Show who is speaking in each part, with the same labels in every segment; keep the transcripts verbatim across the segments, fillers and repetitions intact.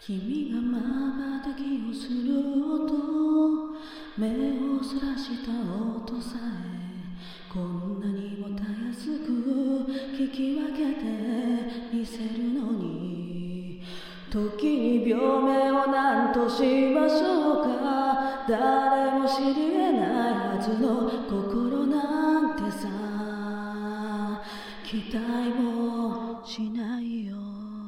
Speaker 1: 君がまばたきをする音、目をそらした音さえこんなにもたやすく聞き分けてみせるのに、時に病名を何としましょうか。誰も知り得ないはずの心なんてさ、期待もしないよ。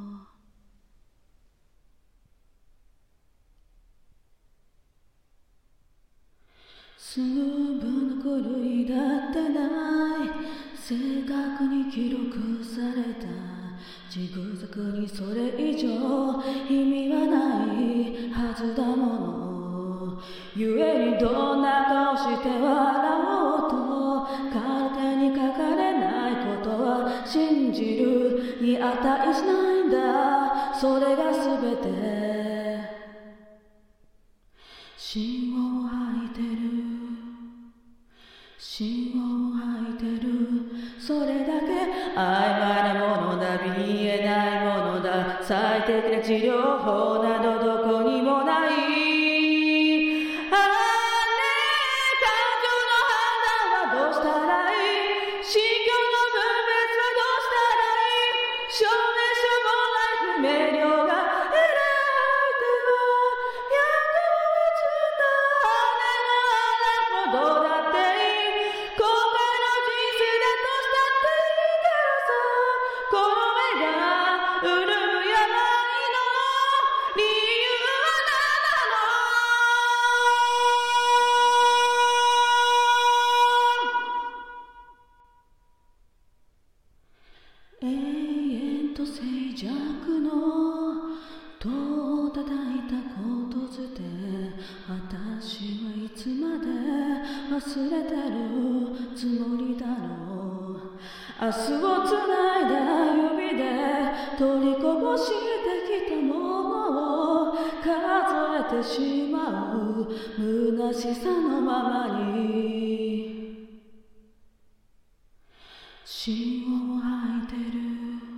Speaker 1: 数分の狂いだってない、正確に記録されたジグザグにそれ以上意味はないはずだもの。ゆえにどんな顔して笑おうとカルテに書かれないことは信じるに値しないんだ。それが全て芯を吐いてる、芯を吐いてる。それだけ曖昧なものだ、見えないものだ。最適な治療法などどこにもない。あれ、感情の判断はどうしたらいい、心境の分別はどうしたらいい、証明書もない不明瞭が選いては役を打つんだ。どうだっていい、後悔の人生だとしたっていいからさ。この目が潤む病の理由は何なの。永遠と静寂の戸を叩いたことづて、私はいつまで忘れてるつもりだろう。明日をつないだ指で取りこぼしてきたものを数えてしまう虚しさのままに。芯を吐いてる、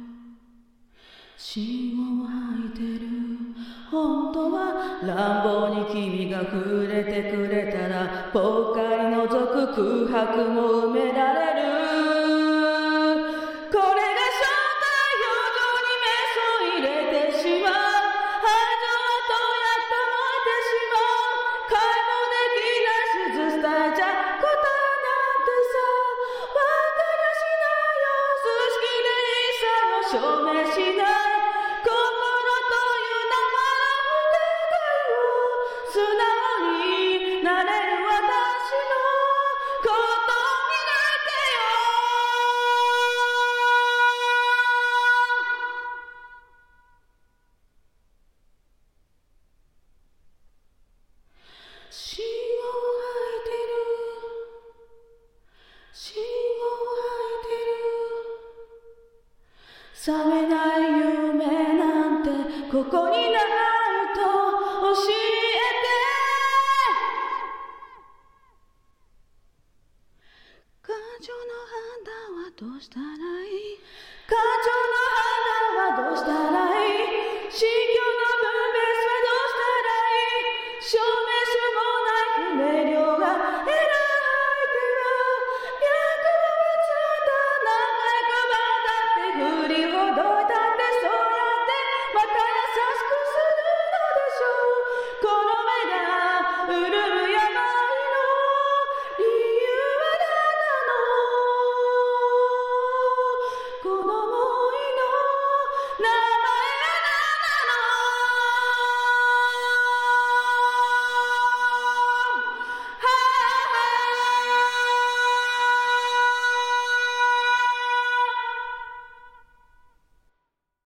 Speaker 1: 芯を吐いてる。本当は乱暴に君が触れてくれたらぽっかり覗く空白も埋められる。これが正体表情にメスを入れてしまう。愛情はどうやって燃えてしまう。解放できない手術伝えちゃ答えなんてさ、わかりゃしないよ。数式で一切を証明しない。心という名前素直になれる私のことになってよ。芯を吐いてる、芯を吐いてる。覚めない夢なんてここにないと教えて。感情の判断はどうしたらいい、感情の判断はどうしたらいい、心境の